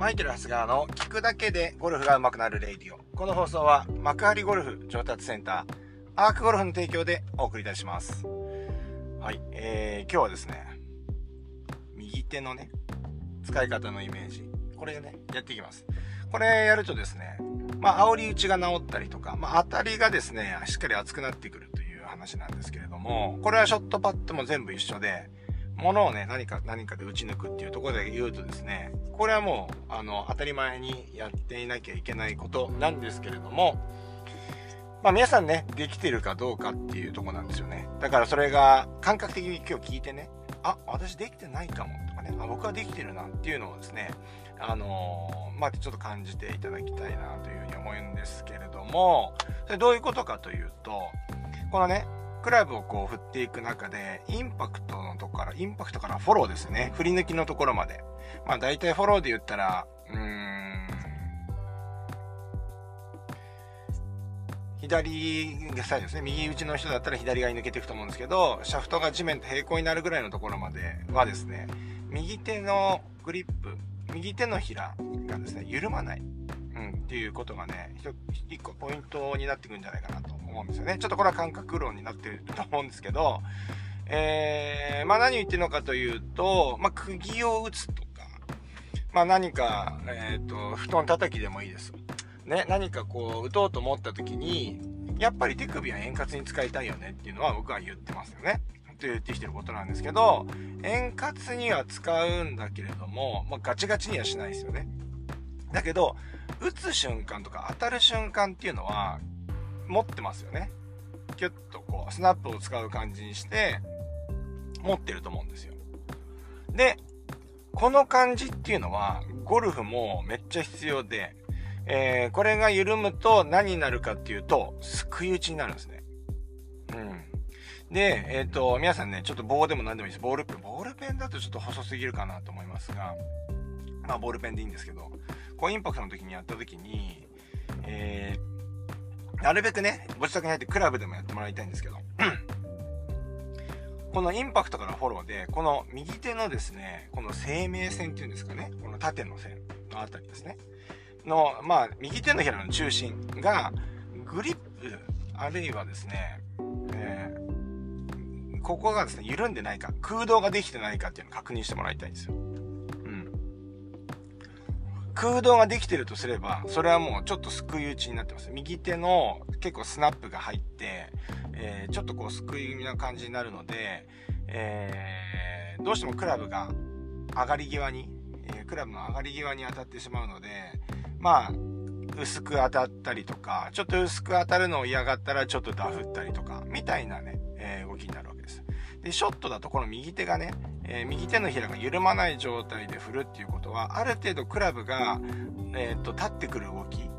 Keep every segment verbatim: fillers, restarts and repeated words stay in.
マイケル・ハスガーの聞くだけでゴルフが上手くなるレイディオ。この放送は幕張ゴルフ上達センターアークゴルフの提供でお送りいたします。はい、えー、今日はですね、右手のね使い方のイメージ、これねやっていきます。これやるとですね、まあ煽り打ちが治ったりとか、まあ当たりがですねしっかり熱くなってくるという話なんですけれども、これはショットパットも全部一緒で、物をね何か何かで打ち抜くっていうところで言うとですね、これはもうあの当たり前にやっていなきゃいけないことなんですけれども、まあ皆さんねできてるかどうかっていうところなんですよね。だからそれが感覚的に今日聞いてね、あ、私できてないかもとかね、あ、僕はできてるなっていうのをですね、あのー、まあちょっと感じていただきたいなというふうに思うんですけれども、それどういうことかというと、このねクラブをこう振っていく中で、インパクトのとこから、インパクトからフォローですね。振り抜きのところまで。まあ大体フォローで言ったら、うーん、左がサイドですね。右打ちの人だったら左側に抜けていくと思うんですけど、シャフトが地面と平行になるぐらいのところまではですね、右手のグリップ、右手のひらがですね、緩まない。うん、っていうことがね、一個ポイントになってくるんじゃないかなと思うんですよね。ちょっとこれは感覚論になってると思うんですけど、えー、まあ何を言ってるのかというと、まあ釘を打つとか、まあ何か、えっと、布団叩きでもいいです。ね、何かこう打とうと思った時に、やっぱり手首は円滑に使いたいよねっていうのは僕は言ってますよね。と言ってきてることなんですけど、円滑には使うんだけれども、まあガチガチにはしないですよね。だけど、打つ瞬間とか当たる瞬間っていうのは持ってますよね。キュッとこうスナップを使う感じにして持ってると思うんですよ。で、この感じっていうのはゴルフもめっちゃ必要で、えー、これが緩むと何になるかっていうと、すくい打ちになるんですね。うん。で、えっと、皆さんね、ちょっと棒でも何でもいいです。ボールペン。ボールペンだとちょっと細すぎるかなと思いますが、まあボールペンでいいんですけど、こうインパクトの時にやった時に、えー、なるべくねご自宅に入ってクラブでもやってもらいたいんですけどこのインパクトからフォローで、この右手のですね、この生命線っていうんですかね、この縦の線のあたりですねの、まあ右手のひらの中心がグリップあるいはですね、えー、ここがですね緩んでないか、空洞ができてないかっていうのを確認してもらいたいんですよ。空洞ができてるとすれば、それはもうちょっとすくい打ちになってます。右手の結構スナップが入って、えー、ちょっとこうすくいな感じになるので、えー、どうしてもクラブが上がり際に、えー、クラブの上がり際に当たってしまうので、まあ薄く当たったりとか、ちょっと薄く当たるのを嫌がったらちょっとダフったりとかみたいなね、えー、動きになるわけです。で、ショットだとこの右手がね、えー、右手のひらが緩まない状態で振るっていうことは、ある程度クラブが、えー、っと立ってくる動き、うん、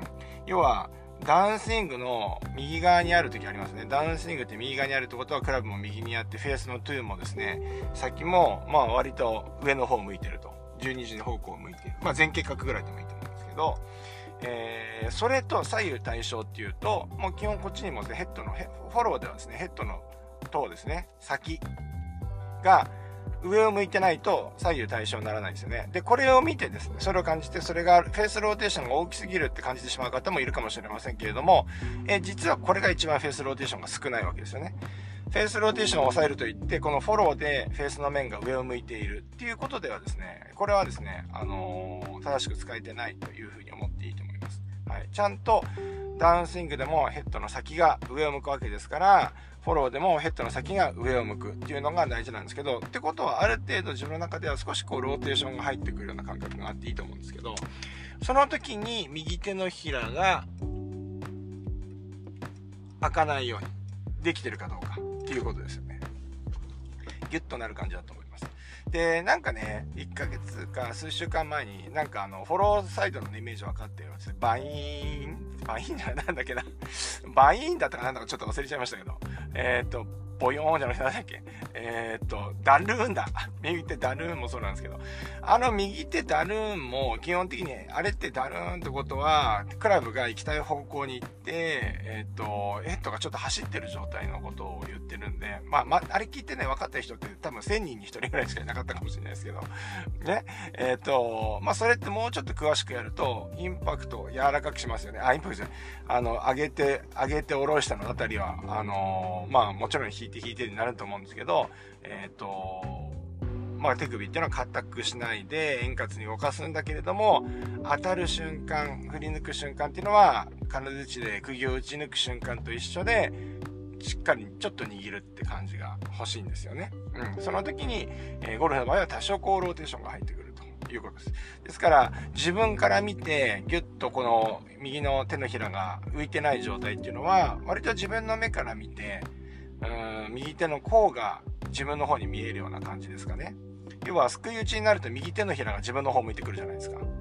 要はダウンスイングの右側にある時ありますね。ダウンスイングって右側にあるってことは、クラブも右にあって、フェースのトゥーもですね、先もまあ割と上の方を向いてると、じゅうにじ方向を向いている、まあ前傾角ぐらいでもいいと思うんですけど、えー、それと左右対称っていうと、もう基本こっちにも、ね、ヘッドのフォローではですね、ヘッドの頭ですね、先が上を向いてないと左右対称にならないんですよね。で、これを見てですね、それを感じて、それがフェースローテーションが大きすぎるって感じてしまう方もいるかもしれませんけれども、え実はこれが一番フェースローテーションが少ないわけですよね。フェースローテーションを抑えるといって、このフォローでフェースの面が上を向いているっていうことではですね、これはですね、あのー、正しく使えてないというふうに思っていいと思います。はい。ちゃんとダウンスイングでもヘッドの先が上を向くわけですから、フォローでもヘッドの先が上を向くっていうのが大事なんですけど、ってことはある程度自分の中では少しこうローテーションが入ってくるような感覚があっていいと思うんですけど、その時に右手のひらが開かないようにできてるかどうかっていうことですよね。ギュッとなる感じだと思います。で、なんかね、いっかげつか数週間前になんかあのフォローサイドのイメージ分かってるんですよ。バイーンバインじゃなんだっけなバインだったかなんだかちょっと忘れちゃいましたけど、えっとボヨーンじゃなくてなんだっけ、えー、っと、ダルーンだ。右手ダルーンもそうなんですけど、あの右手ダルーンも基本的に、あれってダルーンってことは、クラブが行きたい方向に行って、えー、っと、ヘッドがちょっと走ってる状態のことを言ってるんで、まあ、まあ、あれ聞いてね、分かった人って多分せんにんにひとりぐらいしかいなかったかもしれないですけど、ね、えー、っと、まあ、それってもうちょっと詳しくやると、インパクトを柔らかくしますよね。あ、インパクトじゃない。あの、上げて、上げて下ろしたのあたりは、あのー、まあ、もちろん引いて引いてになると思うんですけど、えっと、まあ、手首っていうのは硬くしないで円滑に動かすんだけれども、当たる瞬間、振り抜く瞬間っていうのは、金槌で釘を打ち抜く瞬間と一緒で、しっかりちょっと握るって感じが欲しいんですよね。うん。その時に、えー、ゴルフの場合は多少こうローテーションが入ってくるということです。ですから、自分から見て、ギュッとこの右の手のひらが浮いてない状態っていうのは、割と自分の目から見て、うーん、右手の甲が自分の方に見えるような感じですかね。要は、すくい打ちになると右手のひらが自分の方向いてくるじゃないですか。うん。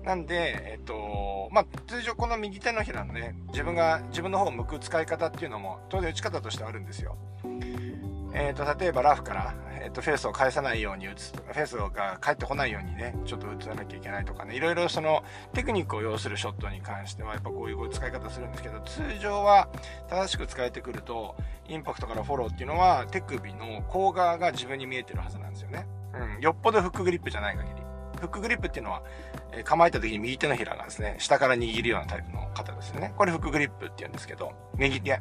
なんで、えっと、まあ、通常この右手のひらのね、自分が、自分の方を向く使い方っていうのも、当然打ち方としてあるんですよ。えっと、例えばラフから、えっと、フェースを返さないように打つ。フェースが返ってこないようにね、ちょっと打たなきゃいけないとかね、いろいろそのテクニックを要するショットに関しては、やっぱこういう使い方するんですけど、通常は正しく使えてくると、インパクトからフォローっていうのは、手首の甲側が自分に見えてるはずなんですよね。うん。よっぽどフックグリップじゃない限り。フックグリップっていうのは、えー、構えた時に右手のひらがですね、下から握るようなタイプの方ですよね。これフックグリップって言うんですけど、右手。はい。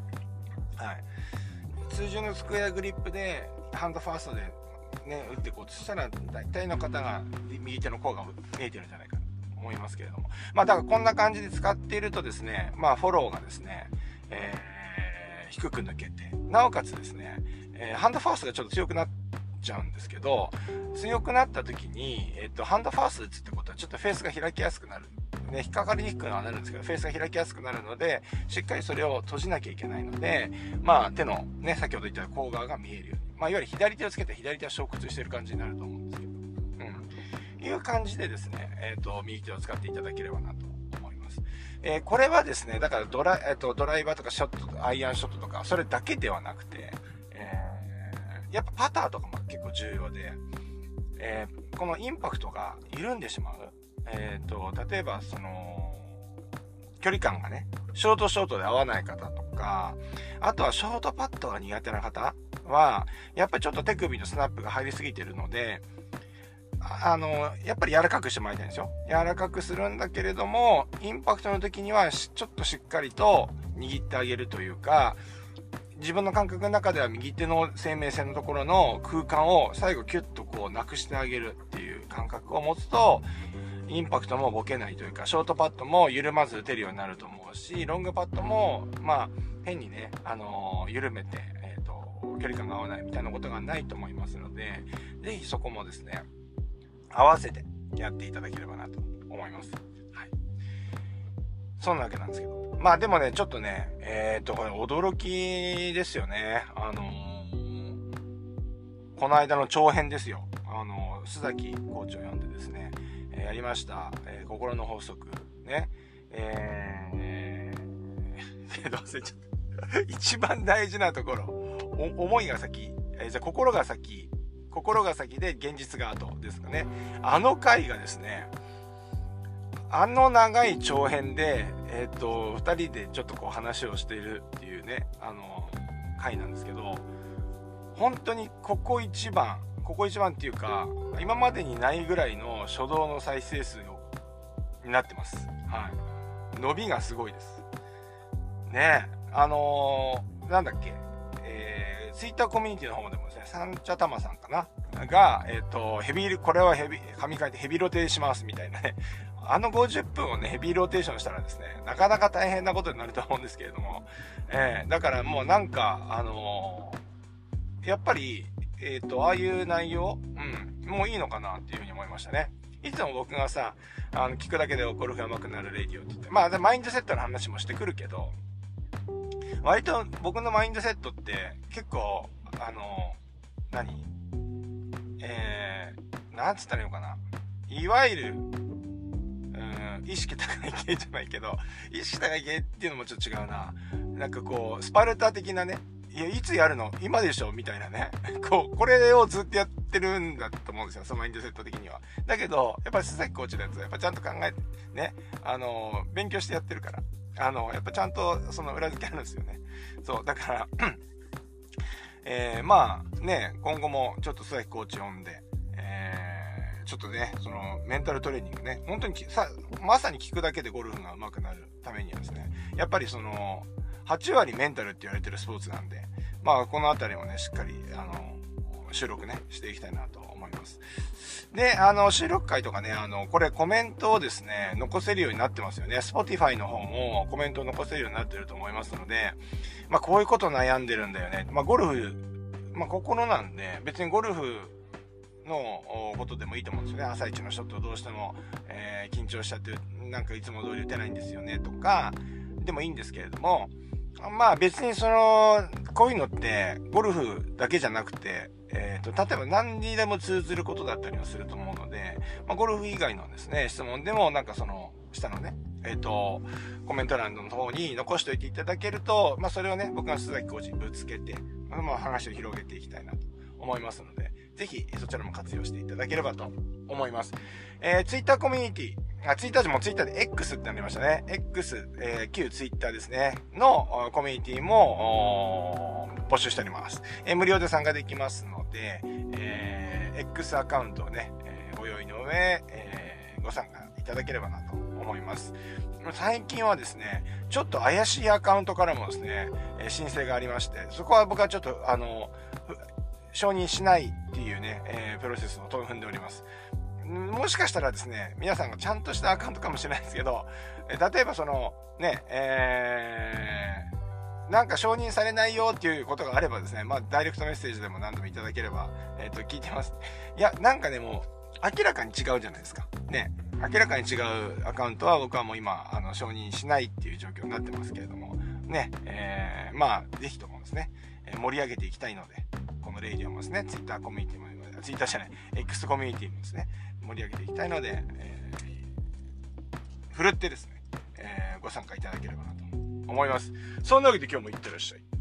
通常のスクエアグリップで、ハンドファーストでね、打ってこう、そしたら大体の方が右手の甲が見えてるんじゃないかと思いますけれども。まあだからこんな感じで使っているとですね、まあフォローがですね、えー、低く抜けて、なおかつですね、えー、ハンドファーストがちょっと強くなっちゃうんですけど、強くなった時に、えっと、ハンドファースト打つってことはちょっとフェースが開きやすくなる。ね、引っかかりにくくはなるんですけど、フェースが開きやすくなるので、しっかりそれを閉じなきゃいけないので、まあ手のね、先ほど言った甲側が見えるように。まあいわゆる左手をつけて左手は衝屈してる感じになると思うんですけど、うん。いう感じでですね、えっと、右手を使っていただければなと思います。えー、これはですね、だからドラ、えっと、ドライバーとかショット、アイアンショットとか、それだけではなくて、えー、やっぱパターとかも結構重要で、えー、このインパクトが緩んでしまう。えっと、例えばその、距離感がね、ショートショートで合わない方とか、あとはショートパットが苦手な方は、やっぱりちょっと手首のスナップが入りすぎてるので、あの、やっぱり柔らかくしてもらいたいんですよ。柔らかくするんだけれども、インパクトの時にはちょっとしっかりと握ってあげるというか、自分の感覚の中では右手の生命線のところの空間を最後キュッとこうなくしてあげるっていう感覚を持つと、インパクトもボケないというか、ショートパットも緩まず打てるようになると思うし、ロングパットも、まあ、変にね、あのー、緩めて、えっと、距離感が合わないみたいなことがないと思いますので、ぜひそこもですね、合わせてやっていただければなと思います。はい。そんなわけなんですけど。まあでもね、ちょっとね、えっと、これ驚きですよね。あのー、この間の長編ですよ。あのー、須崎コーチを読んでですね、やりました、えー、心の法則ね、えー、どうせちょっと一番大事なところ、思いが先、えー、じゃあ心が先、心が先で現実が後ですかね。あの回がですね、あの長い長編で、えっと、二人でちょっとこう話をしているっていうね、あの回なんですけど、本当にここ一番。ここ一番っていうか、今までにないぐらいの初動の再生数になってます。はい。伸びがすごいです。ねえ。あのー、なんだっけ、えー、ツイッターコミュニティの方でもですね、サンチャタマさんかなが、えっと、ヘビー、これはヘビ、紙書いてヘビロテしますみたいなね。あのごじゅっぷんをね、ヘビーローテーションしたらですね、なかなか大変なことになると思うんですけれども、えー、だからもうなんか、あのー、やっぱり、えっと、ああいう内容、うん、もういいのかなっていうふうに思いましたね。いつも僕がさ、あの、聞くだけでゴルフが上手くなるレディオって言って、まあ、マインドセットの話もしてくるけど、割と僕のマインドセットって結構、あの、何えー、なんつったらいいのかな。いわゆる、うん、意識高い系じゃないけど、意識高い系っていうのもちょっと違うな。なんかこう、スパルタ的なね、 いや、いつやるの今でしょみたいなね。こう、これをずっとやってるんだと思うんですよ。そのマインドセット的には。だけど、やっぱり須崎コーチのやつは、やっぱちゃんと考えて、ね、あの、勉強してやってるから。あの、やっぱちゃんとその裏付けあるんですよね。そう、だから、えー、まあ、ね、今後もちょっと須崎コーチ呼んで、えー、ちょっとね、その、メンタルトレーニングね、本当にさ、まさに聞くだけでゴルフが上手くなるためにはですね、やっぱりその、はち割メンタルって言われてるスポーツなんで、まあこのあたりもねしっかりあの収録ねしていきたいなと思います。で、あの収録回とかね、あのこれコメントをですね残せるようになってますよね。Spotify の方もコメントを残せるようになってると思いますので、まあこういうこと悩んでるんだよね。まあゴルフ、まあ心なんで別にゴルフのことでもいいと思うんですよね。朝一のショットどうしても、えー、緊張しちゃってなんかいつも通り打てないんですよねとかでもいいんですけれども。まあ別にその、こういうのってゴルフだけじゃなくて、えっと、例えば何にでも通ずることだったりはすると思うので、まあゴルフ以外のですね、質問でもなんかその、下のね、えっと、コメント欄の方に残しておいていただけると、まあそれをね、僕が須崎コーチにぶつけて、まあ話を広げていきたいなと思いますので、ぜひそちらも活用していただければと思います。えー、Twitter コミュニティ、あ、ツイッターでもツイッターで X ってなりましたね。X、えー、旧ツイッターですね。のコミュニティも募集しております。えー、無料で参加できますので、えー、X アカウントをね、えー、ご用意の上、えー、ご参加いただければなと思います。最近はですね、ちょっと怪しいアカウントからもですね、えー、申請がありまして、そこは僕はちょっと、あの、承認しないっていうね、えー、プロセスを踏んでおります。もしかしたらですね、皆さんがちゃんとしたアカウントかもしれないですけど、例えばその、ね、えー、なんか承認されないよっていうことがあればですね、まあ、ダイレクトメッセージでも何でもいただければ、えっと、聞いてます。いや、なんかね、もう、明らかに違うじゃないですか。ね、明らかに違うアカウントは僕はもう今、あの、承認しないっていう状況になってますけれども、ね、えー、まあ、ぜひともですね、盛り上げていきたいので、このレイディオもですね、ツイッターコミュニティも、ツイッターじゃない、X コミュニティもですね、盛り上げていきたいので、えー、ふるってですね、えー、ご参加いただければなと思います。そんなわけで今日もいってらっしゃい。